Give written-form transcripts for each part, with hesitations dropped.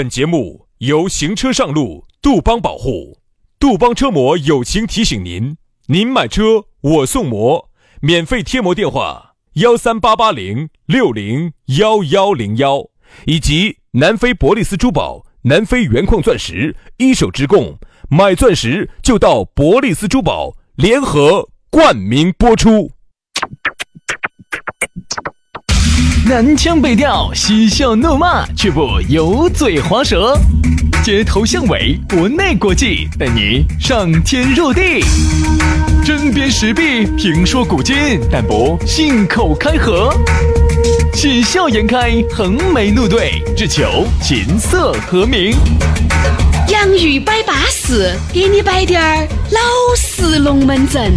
本节目由行车上路杜邦保护，杜邦车模友情提醒您：您买车我送模，免费贴膜电话138806011101，以及南非伯利斯珠宝、南非原矿钻石一手直供，买钻石就到伯利斯珠宝，联合冠名播出。 南腔北调，嬉笑怒骂，却不油嘴滑舌，街头巷尾，国内国际，带你上天入地，针砭时弊，评说古今，但不信口开河，喜笑颜开，横眉怒对，只求琴瑟和鸣。 洋芋摆巴士，给你摆点儿老式龙门阵。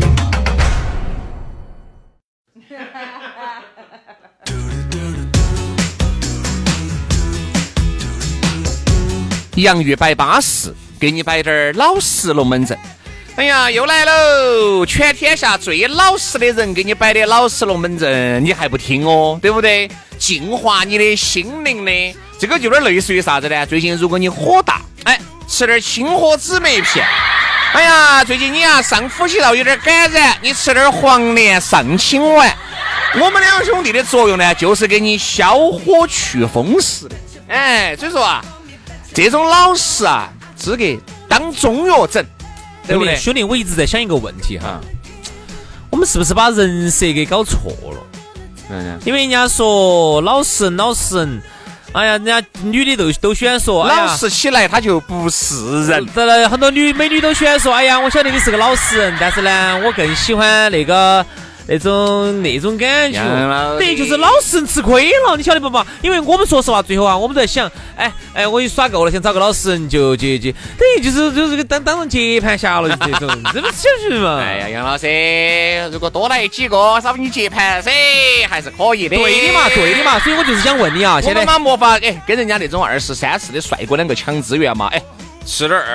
洋芋摆巴士，给你摆点老实龙门阵。哎呀，又来喽！全天下最老实的人给你摆的老实龙门阵，你还不听哦，对不对？净化你的心灵的，这个就有点类似于啥子呢？最近如果你火大，吃点清火姊妹片。哎呀，最近你上呼吸道有点感染，你吃点黄连上清丸。我们两兄弟的作用呢，就是给你消火去风湿的。所以说这种老实资格当中药整，对不对？ 兄弟，我一直在想一个问题哈，我们是不是把人设给搞错了？因为人家说老实人，哎呀，人家女的都喜欢说， 老实起来他就不是人。 很多美女都喜欢说，哎呀，我晓得你是个老实人，但是呢，我更喜欢那种感觉，对，就是老实人吃亏了，你晓得不嘛？因为我们说实话，最后我们在想，我一耍够了，想找个老实人就等于就是当成接盘侠了，这种，这不就是嘛？ 哎呀，杨老师，如果多来几个，稍微你接盘噻，还是可以的。 对的嘛，所以我就是想问你啊，现在没法跟人家那种20、30的帅哥两个抢资源嘛？吃点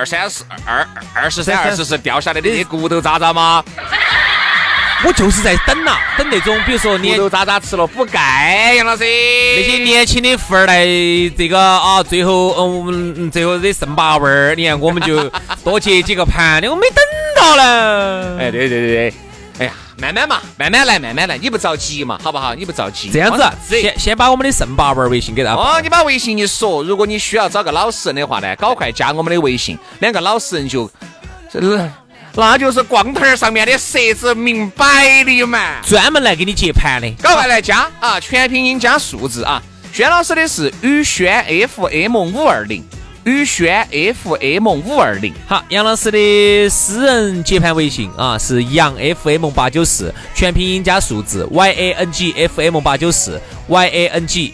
23、24掉下来的这些骨头渣渣吗？ 我就是在等那种，比如说骨头渣渣吃了补钙，杨老师那些年轻的富二代，这个最后最后这剩8味儿，你看我们就多接几个盘，我没等到了。 对，哎呀，慢慢来，你不着急嘛，好不好？你不着急， 这样子，先把我们的剩8味儿微信给他。 你把微信一说，如果你需要找个老实人的话呢，搞快加我们的微信，两个老实人就。那就是光头上面的设置明白的嘛， 专门来给你接盘的， 赶快来加全拼音加数字轩老师的是宇轩 FM520，宇轩 FM520。 好，杨老师的私人接盘微信是杨 FM894，全拼音加数字 YANG FM894 YANG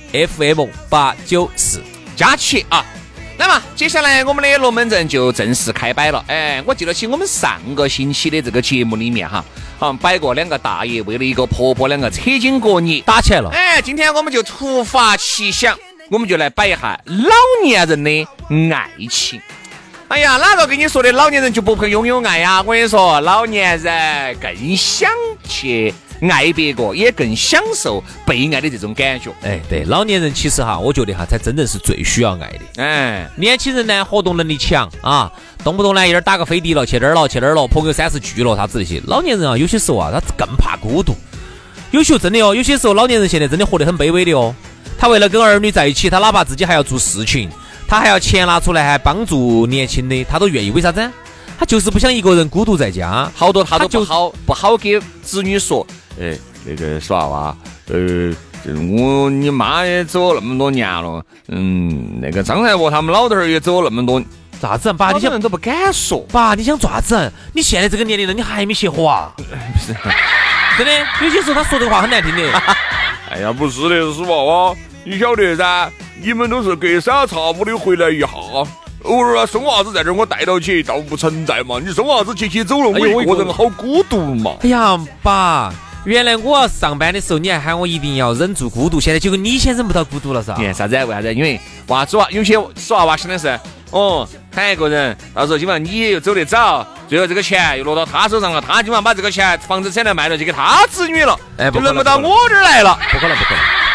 FM894， 加起那么接下来我们的龙门阵就正式开摆了。我记得起我们上个星期的这个节目里面摆过两个大爷为了一个婆婆两个扯筋割泥打起来了。 今天我们就突发奇想，我们就来摆一下老年人的爱情。哎呀，哪个跟你说的老年人就不配拥有爱呀？我跟你说，老年人更想去爱别个，也更享受被爱的这种感觉。 对，老年人其实我觉得才真正是最需要爱的。年轻人呢，活动能力强动不动呢一点打个飞的了，去哪儿了，朋友30聚了，啥子那些。老年人有些时候他更怕孤独。有些真的有些时候老年人现在真的活得很卑微的他为了跟儿女在一起，他哪怕自己还要做事情，他还要钱拿出来还帮助年轻的，他都愿意。为啥子？他就是不想一个人孤独在家。 好多他都不好给子女说，那个耍娃，你妈也走那么多年了，那个张太婆他们老头儿也走那么多， 咋子？爸，你想人都不敢说。 爸，你想咋子？你现在这个年龄了，你还没学活不是，真的，有些时候他说这个话很难听的。 哎呀，不是的，是娃娃，你晓得噻，你们都是隔3差5的回来一下。偶尔生娃子在这儿我带到起倒不存在嘛，你生娃子去走了，我一个人好孤独嘛。 哎呀，爸，原来我要上班的时候你还喊我一定要忍住孤独，现在结果你先忍不到孤独了噻。 你看啥子？为啥子？因为娃子有些死娃娃想的是喊一个人，到时候基本上你又走得早，最后这个钱又落到他手上了，他基本上把这个钱房子产来卖了就给他子女了，就轮不到我这儿来了。 不可能。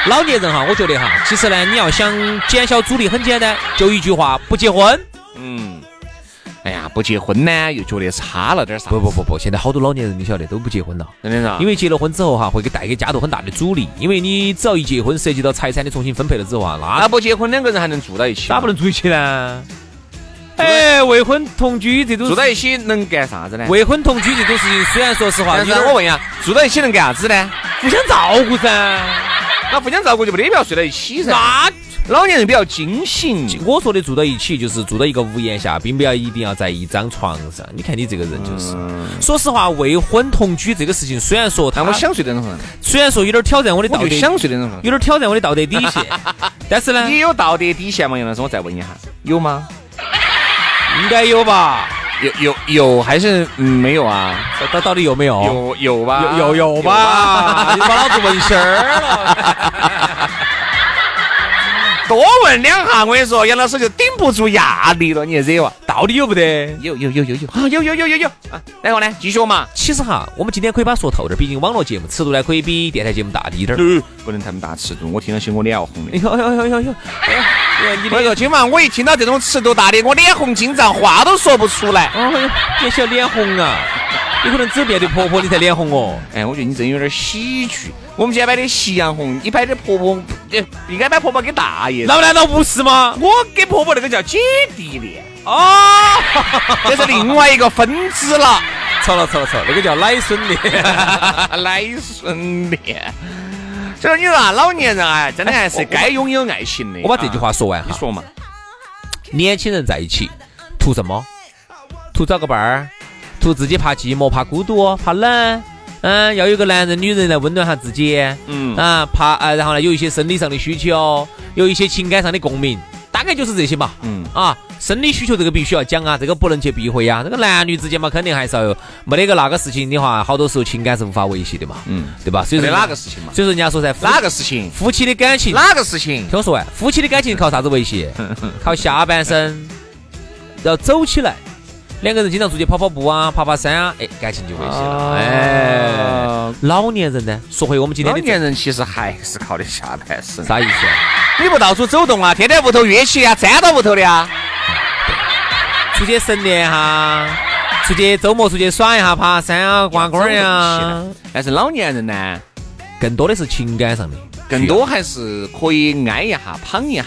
老年人哈，我觉得哈，其实呢，你要想减小阻力，很简单，就一句话，不结婚。 哎呀，不结婚呢，又觉得差了点啥。 不，现在好多老年人你晓得都不结婚了， 真的是。 因为结了婚之后哈，会带给家头很大的阻力，因为你只要一结婚，涉及到财产的重新分配了之后啊， 那不结婚两个人还能住到一起？ 咋不能住一起呢？未婚同居这种住在一起能干啥子呢？ 未婚同居这种事情，虽然说实话， 但是我问一下，住在一起能干啥子呢？ 互相照顾噻。 那互相照顾就没得必要睡在一起噻。 那老年人比较精醒。 我说的住到一起，就是住到一个屋檐下，并不要一定要在一张床上。你看你这个人就是，说实话，未婚同居这个事情，虽然说我想睡在那种， 虽然说有点挑战我的道德， 想睡在那种， 有点挑战我的道德底线，但是呢， 你有道德底线吗？杨老师，我再问一下，有吗？ 应该有吧？ 有还是没有啊？ 到底有没有？ 有吧？ 有吧？你把老子问心儿了。 多问两下，我跟你说，杨老师就顶不住压力了，你惹我。 到底有不得？ 有啊，有啊。然后呢，继续嘛。 其实哈，我们今天可以把说透点，毕竟网络节目尺度呢可以比电台节目大滴点儿。 不能太大尺度，我听了起我脸要红的。 哟。 我说今晚我一听到这种尺度大的，我脸红筋胀，话都说不出来。 别小脸红啊！你可能只面对婆婆你才脸红哦。 哎，我觉得你真有点喜剧。我们今天摆的夕阳红，你摆的婆婆，应该摆婆婆给大爷。 那难道不是吗？ 我给婆婆那个叫姐弟恋哦， 这是另外一个分支了。 错了，那个叫奶孙恋。 奶孙恋。就是你说啊，老年人啊，真的还是该拥有爱情的。 我把这句话说完哈。 你说嘛。 年轻人在一起图什么？图找个伴儿，图自己怕寂寞、怕孤独、怕冷。要有个男人、女人来温暖下自己。怕然后呢，有一些生理上的需求，有一些情感上的共鸣，大概就是这些嘛。生理需求这个必须要讲啊，这个不能去避讳啊。这个男女之间嘛，肯定还是要有没得个那个事情的话，好多时候情感是无法维系的嘛。对吧？所以说哪个事情嘛？ 所以说人家说噻， 哪个事情？ 夫妻的感情。 哪个事情？ 听我说完，夫妻的感情靠啥子维系？靠下半身要走起来。两个人经常出去跑跑步啊，爬爬山啊，感情就维系了。老年人呢？说回我们今天的老年人，其实还是靠的下半身。 啥意思？ 你不到处走动啊，天天屋头乐器啊，粘到屋头的啊。 出去神练哈，出去周末出去耍一下，爬山啊，逛公园啊。 但是老年人呢， 更多的是情感上的， 更多还是可以挨一下，捧一下。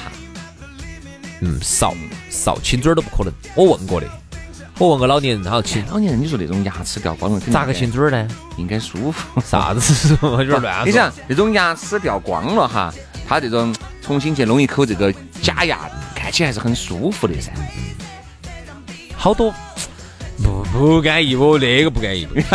少亲嘴儿都不可能。我问过的。我问个老年人，好亲。 老年人，你说那种牙齿掉光了， 咋个亲嘴儿呢？ 应该舒服。 啥子？有点乱说。 你想，这种牙齿掉光了哈，他这种重新去弄一口这个假牙，看起来还是很舒服的噻。 好多不安逸不，那个不安逸不。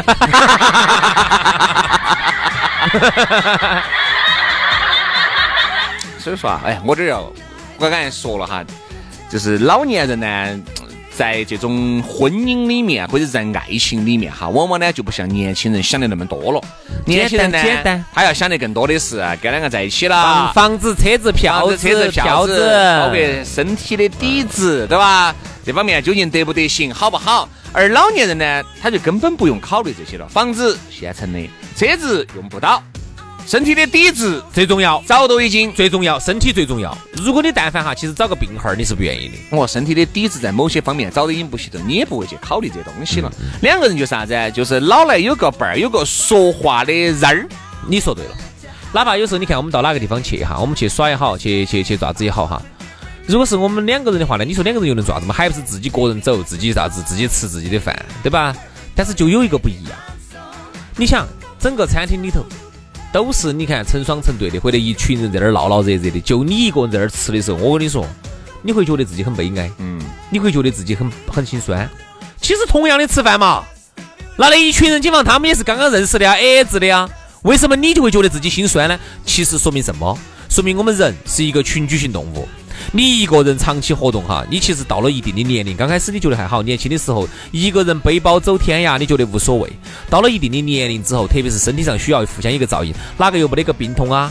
所以说啊，我刚才说了哈，就是老年人呢。在这种婚姻里面，或者在爱情里面哈，往往呢就不像年轻人想的那么多了。年轻人呢，他要想的更多的是跟两个在一起了， 房子、车子、票子， 包括身体的底子，对吧？这方面究竟得不得行，好不好？而老年人呢，他就根本不用考虑这些了，房子现成的，车子用不到。身体的底子最重要， 早都已经最重要，身体最重要。如果你但凡其实找个病号，你是不愿意的。 身体的底子在某些方面早都已经不行了，你也不会去考虑这东西了。两个人就啥子，就是老来有个伴儿，有个说话的人儿。 你说对了，哪怕有时候你看我们到哪个地方去哈，我们去耍也好，去爪子也好哈。如果是我们两个人的话呢，你说两个人又能爪子吗？还不是自己个人走，自己啥子，自己吃自己的饭，对吧？但是就有一个不一样，你想整个餐厅里头。都是你看成双成对的，或者一群人在那儿闹闹热热的，就你一个人在那儿吃的时候，我跟你说，你会觉得自己很悲哀，你会觉得自己很心酸。其实同样的吃饭嘛，那一群人基本上他们也是刚刚认识的呀，AA制的呀，为什么你就会觉得自己心酸呢？其实说明什么？说明我们人是一个群居性动物。你一个人长期活动哈，你其实到了一定的年龄，刚开始你觉得还好，年轻的时候一个人背包走天涯，你觉得无所谓。到了一定的年龄之后，特别是身体上需要互相一个照应，哪个又没得个病痛啊？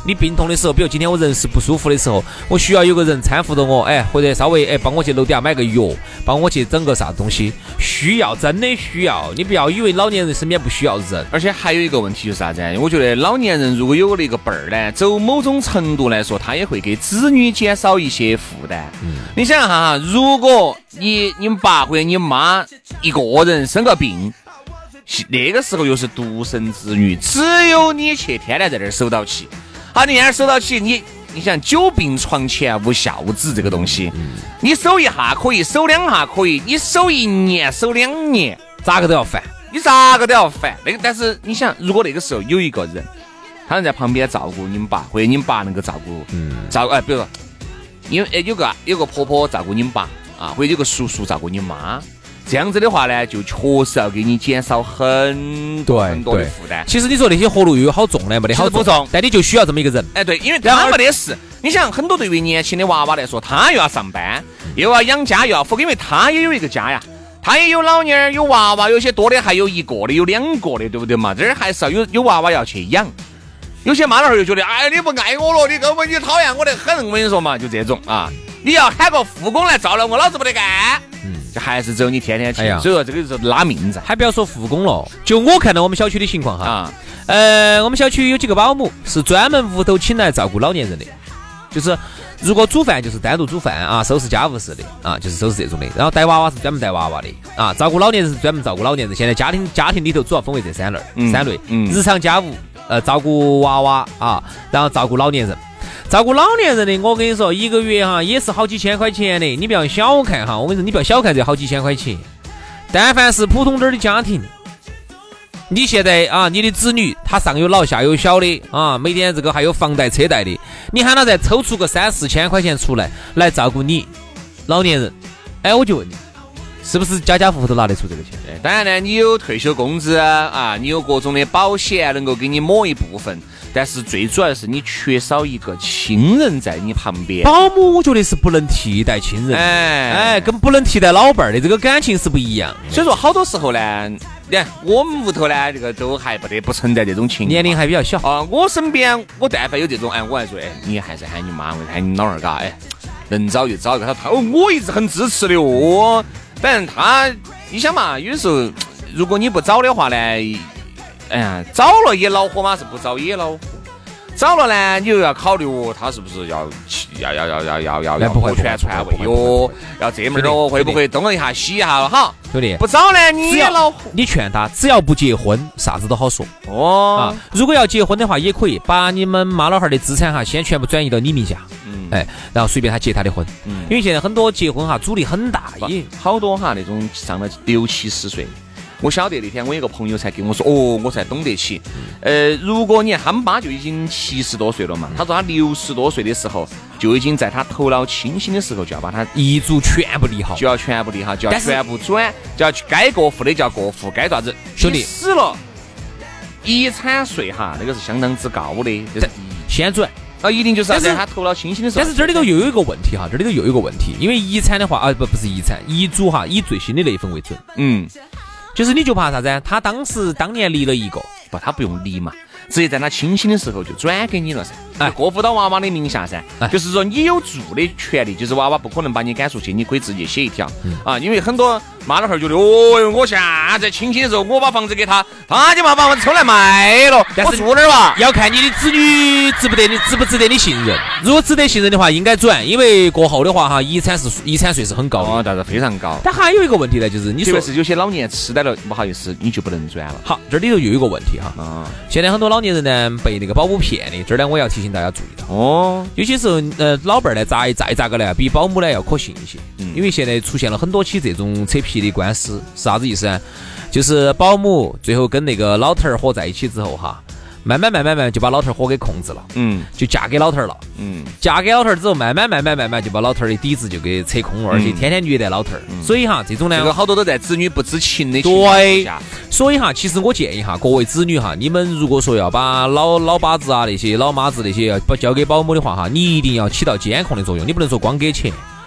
你病痛的时候，比如今天我人是不舒服的时候，我需要有个人搀扶着我，或者稍微帮我去楼底下买个药，帮我去整个啥东西，需要，真的需要。你不要以为老年人身边不需要人。 而且还有一个问题就是啥子？我觉得老年人如果有了一个辈儿呢，走某种程度来说，他也会给子女减少一些负担。你想想哈，如果你们爸或者你妈一个人生个病，那个时候又是独生子女，只有你去天天在这儿守到起。好，你在这儿守到起，你想久病床前无孝子这个东西，你守一下可以，守两下可以，你守1年守2年， 咋个都要烦， 你咋个都要烦。那个，但是你想，如果那个时候有一个人，他能在旁边照顾你们爸，或者你们爸能够照顾，比如说，因为有个婆婆照顾你们爸啊，或者有个叔叔照顾你妈。这样子的话呢，就确实要给你减少很多的负担。 其实你说那些活路又有好重呢，没得好重，但你就需要这么一个人。 对，因为他没得事。你想，很多对于年轻的娃娃来说，他又要上班，又要养家，又要因为他也有一个家呀，他也有老妞儿，有娃娃，有些多的还有1个的，有2个的，对不对嘛？这儿还是要有娃娃要去养。有些妈老汉又觉得，你不爱我了，你根本就讨厌我得很，我跟你说嘛，就这种啊，你要喊个护工来照料我，老子不得干。就还是只有你天天去，所以说这个就是拉命子。 还不要说护工了，就我看到我们小区的情况哈，我们小区有几个保姆是专门屋头请来照顾老年人的，就是如果煮饭就是单独煮饭啊，收拾家务事的啊，就是收拾这种的。然后带娃娃是专门带娃娃的啊，照顾老年人是专门照顾老年人。现在家庭里头主要分为这三类，日常家务照顾娃娃啊，然后照顾老年人。照顾老年人的，我跟你说，一个月哈也是好几千块钱的，你不要小看哈，我跟你说，你不要小看这好几千块钱。但凡是普通点的家庭，你现在啊，你的子女他上有老下有小的啊，每天这个还有房贷车贷的，你喊他再抽出个3-4千块钱出来照顾你老年人，我就问你，是不是家户户都拿得出这个钱？ 当然呢，你有退休工资啊，你有各种的保险能够给你抹一部分。但是最主要的是你缺少一个亲人在你旁边。 保姆我觉得是不能替代亲人，跟不能替代老伴儿的这个感情是不一样。 所以说好多时候呢，你看我们屋头呢，这个都还不存在这种情况， 年龄还比较小啊。我身边我但凡有这种，我还说，你还是喊你妈，喊你老二嘎，能找就找一个他。我一直很支持的哦。反正他，你想嘛，有时候如果你不找的话呢。找了也恼火嘛，是不找也恼火。找了呢，你又要考虑他是不是要摩拳传位哟，要这门儿会不会东一下西一下哈？ 兄弟， 不找呢你也恼火。 你劝他，只要不结婚，啥子都好说哦。如果要结婚的话，也可以把你们妈老汉儿的资产哈，先全部转移到你名下。然后随便他结他的婚。因为现在很多结婚哈，阻力很大， 好多哈那种上了60-70岁。我晓得那天我有个朋友才跟我说，我才懂得起。如果他们爸就已经70多岁了嘛，他说他60多岁的时候就已经在他头脑清醒的时候就要把他遗嘱全部立好， 就要全部转，就要该过户的叫过户，该咋子兄弟死了，遗产税哈那个是相当之高的，就是先转。 一定就是在他头脑清醒的时候。 但是这里头又有一个问题哈，因为遗产的话不是遗产，遗嘱哈以最新的那一份为准。就是你就怕啥子？他当年立了一个， 他不用立嘛，直接在他清醒的时候就转给你了噻，过户到娃娃的名下噻。就是说你有住的权利，就是娃娃不可能把你赶出去，你可以自己写一条因为很多妈老汉儿觉得，我现在清醒的时候，我把房子给他就把房子抽来卖了，我住哪儿吧？ 要看你的子女值不值得你信任。如果值得信任的话，应该转，因为过后的话哈，遗产税是很高的， 但是非常高。 但还有一个问题呢，就是你说是有些老年痴呆了，不好意思，你就不能转了。 好，这里头又有一个问题哈，现在很多老年人呢被那个保姆骗的，这儿呢我要提醒大家注意到有些时候老伴儿呢咋个呢，比保姆呢要可信一些，因为现在出现了很多起这种扯皮的官司，是啥子意思呢？就是保姆最后跟那个老头儿伙在一起之后哈，慢慢就把老头儿伙给控制了，就嫁给老头儿了，嫁给老头儿之后，慢慢就把老头儿的底子就给扯空了，而且天天虐待老头儿，所以哈这种呢， 这个好多都在子女不知情的情况下。 所以哈，其实我建议哈，各位子女哈，你们如果说要把老爸子啊那些老妈子那些要交给保姆的话哈，你一定要起到监控的作用，你不能说光给钱。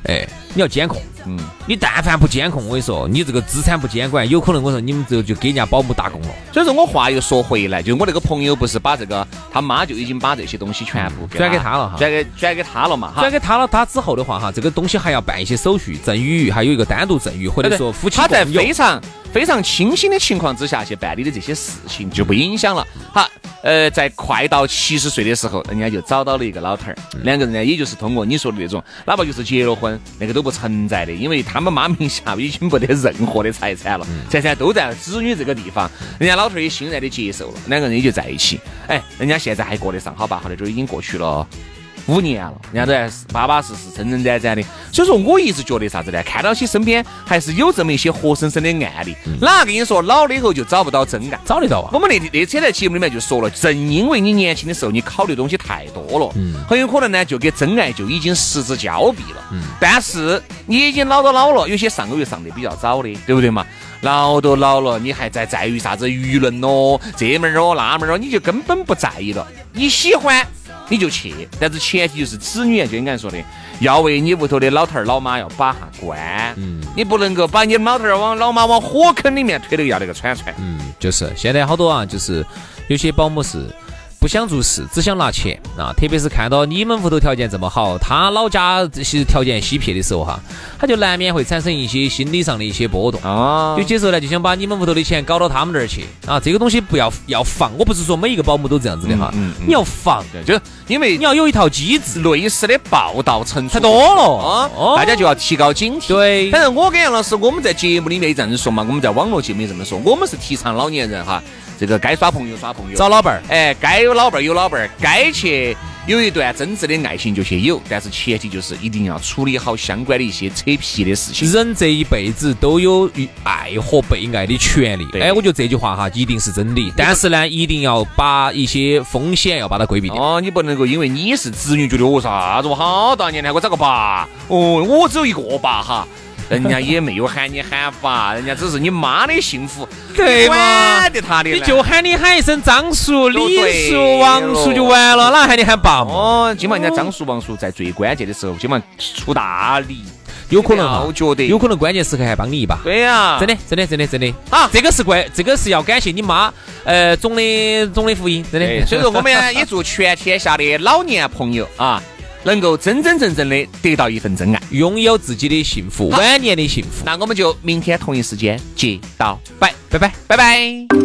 哎，你要监控。你但凡不监控，我跟你说，你这个资产不监管，有可能我说你们就给人家保姆打工了。 所以说我话又说回来，就我那个朋友不是把这个他妈就已经把这些东西全部转给他了哈， 转给他了嘛哈， 转给他了。他之后的话哈，这个东西还要办一些手续，赠与还有一个单独赠与，或者说夫妻共有。 他在非常清醒的情况之下去办理的这些事情就不影响了。好，在快到70岁的时候，人家就找到了一个老头儿，两个人呢，也就是通过你说的那种，哪怕就是结了婚，那个都不存在的，因为他们妈名下已经没得任何的财产了，财产都在子女这个地方，人家老头儿也欣然的接受了，两个人也就在一起。哎，人家现在还过得上好吧？好的，就已经过去了5年了，人家都还是巴巴适适、真真展展的。所以说，我一直觉得啥子呢？看到起身边还是有这么一些活生生的案例。哪跟你说老了以后就找不到真爱？ 找得到啊！ 我们那天在节目里面就说了，正因为你年轻的时候你考虑的东西太多了，很有可能呢就给真爱就已经失之交臂了。但是你已经老了，有些上个月上的比较早的，对不对嘛？老了，你还在于啥子舆论咯、这门儿那门儿，你就根本不在意了。你喜欢你就去，但是前提就是子女就应该说的，要为你屋头的老头儿老妈要把下关。你不能够把你老头儿老妈往火坑里面推得要那个喘。 就是现在好多啊，就是有些保姆是不想做事，只想拿钱啊！特别是看到你们屋头条件这么好，他老家其实条件稀撇的时候哈，他就难免会产生一些心理上的一些波动啊。有些时候呢，就想把你们屋头的钱搞到他们那儿去啊。这个东西不要防，我不是说每一个保姆都这样子的哈，你要防， 就因为你要有一套机制。 类似的报道层出太多了啊，大家就要提高警惕。 对， 反正我跟杨老师，我们在节目里面也这样子说嘛，我们在网络节目也这么说，我们是提倡老年人哈。这个该耍朋友耍朋友， 找老伴儿， 哎，该有老伴儿有老伴儿，该去有一段真挚的爱情就去有，但是前提就是一定要处理好相关的一些扯皮的事情。 人这一辈子都有爱和被爱的权利，哎，我觉得这句话哈一定是真理，但是呢，一定要把一些风险要把它规避掉。 哦，你不能够因为你是子女觉得我啥子我好大年了，我找个爸，哦，我只有一个爸哈。人家也没有喊你喊爸，人家只是你妈的幸福， 对嘛？ 管得他的， 你就喊你喊一声张叔、李叔、王叔就完了，哪喊你喊爸嘛？ 哦，今晚人家张叔、王叔在最关键的时候，今晚出大力， 有可能我觉得有可能关键时刻还帮你一把。 对呀， 真的啊！这个是要感谢你妈，总的福音，真的。 所以说我们也祝全天下的老年朋友啊，能够真真正正的得到一份真爱， 拥有自己的幸福，晚年的幸福。 那我们就明天同一时间接到拜拜。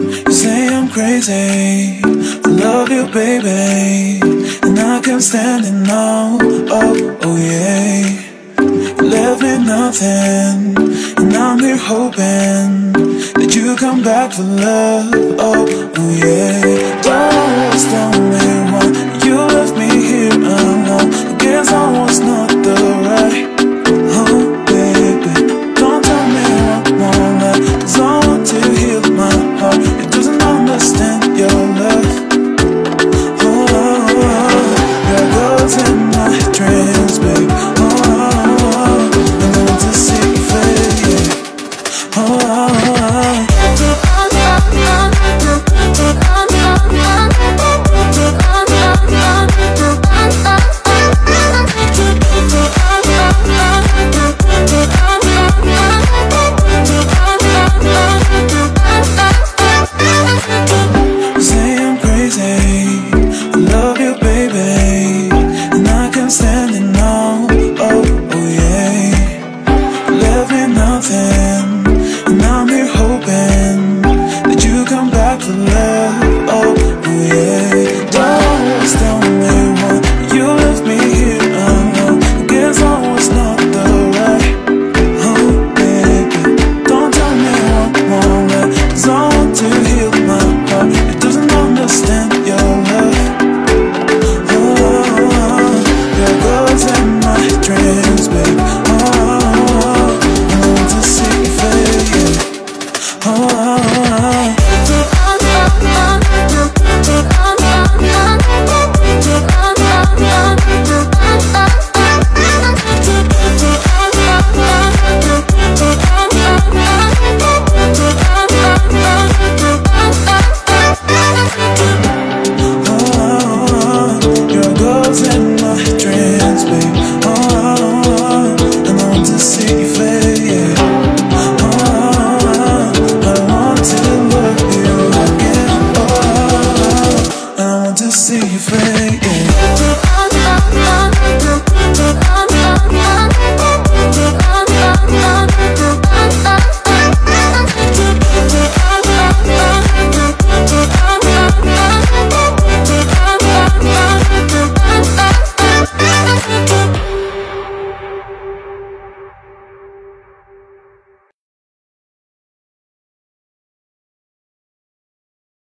Say I'm crazy, I love you baby, and I can't stand it now, oh yeah. You left me nothing, and I'm here hoping that you come back for love, oh yeah. Don't stop me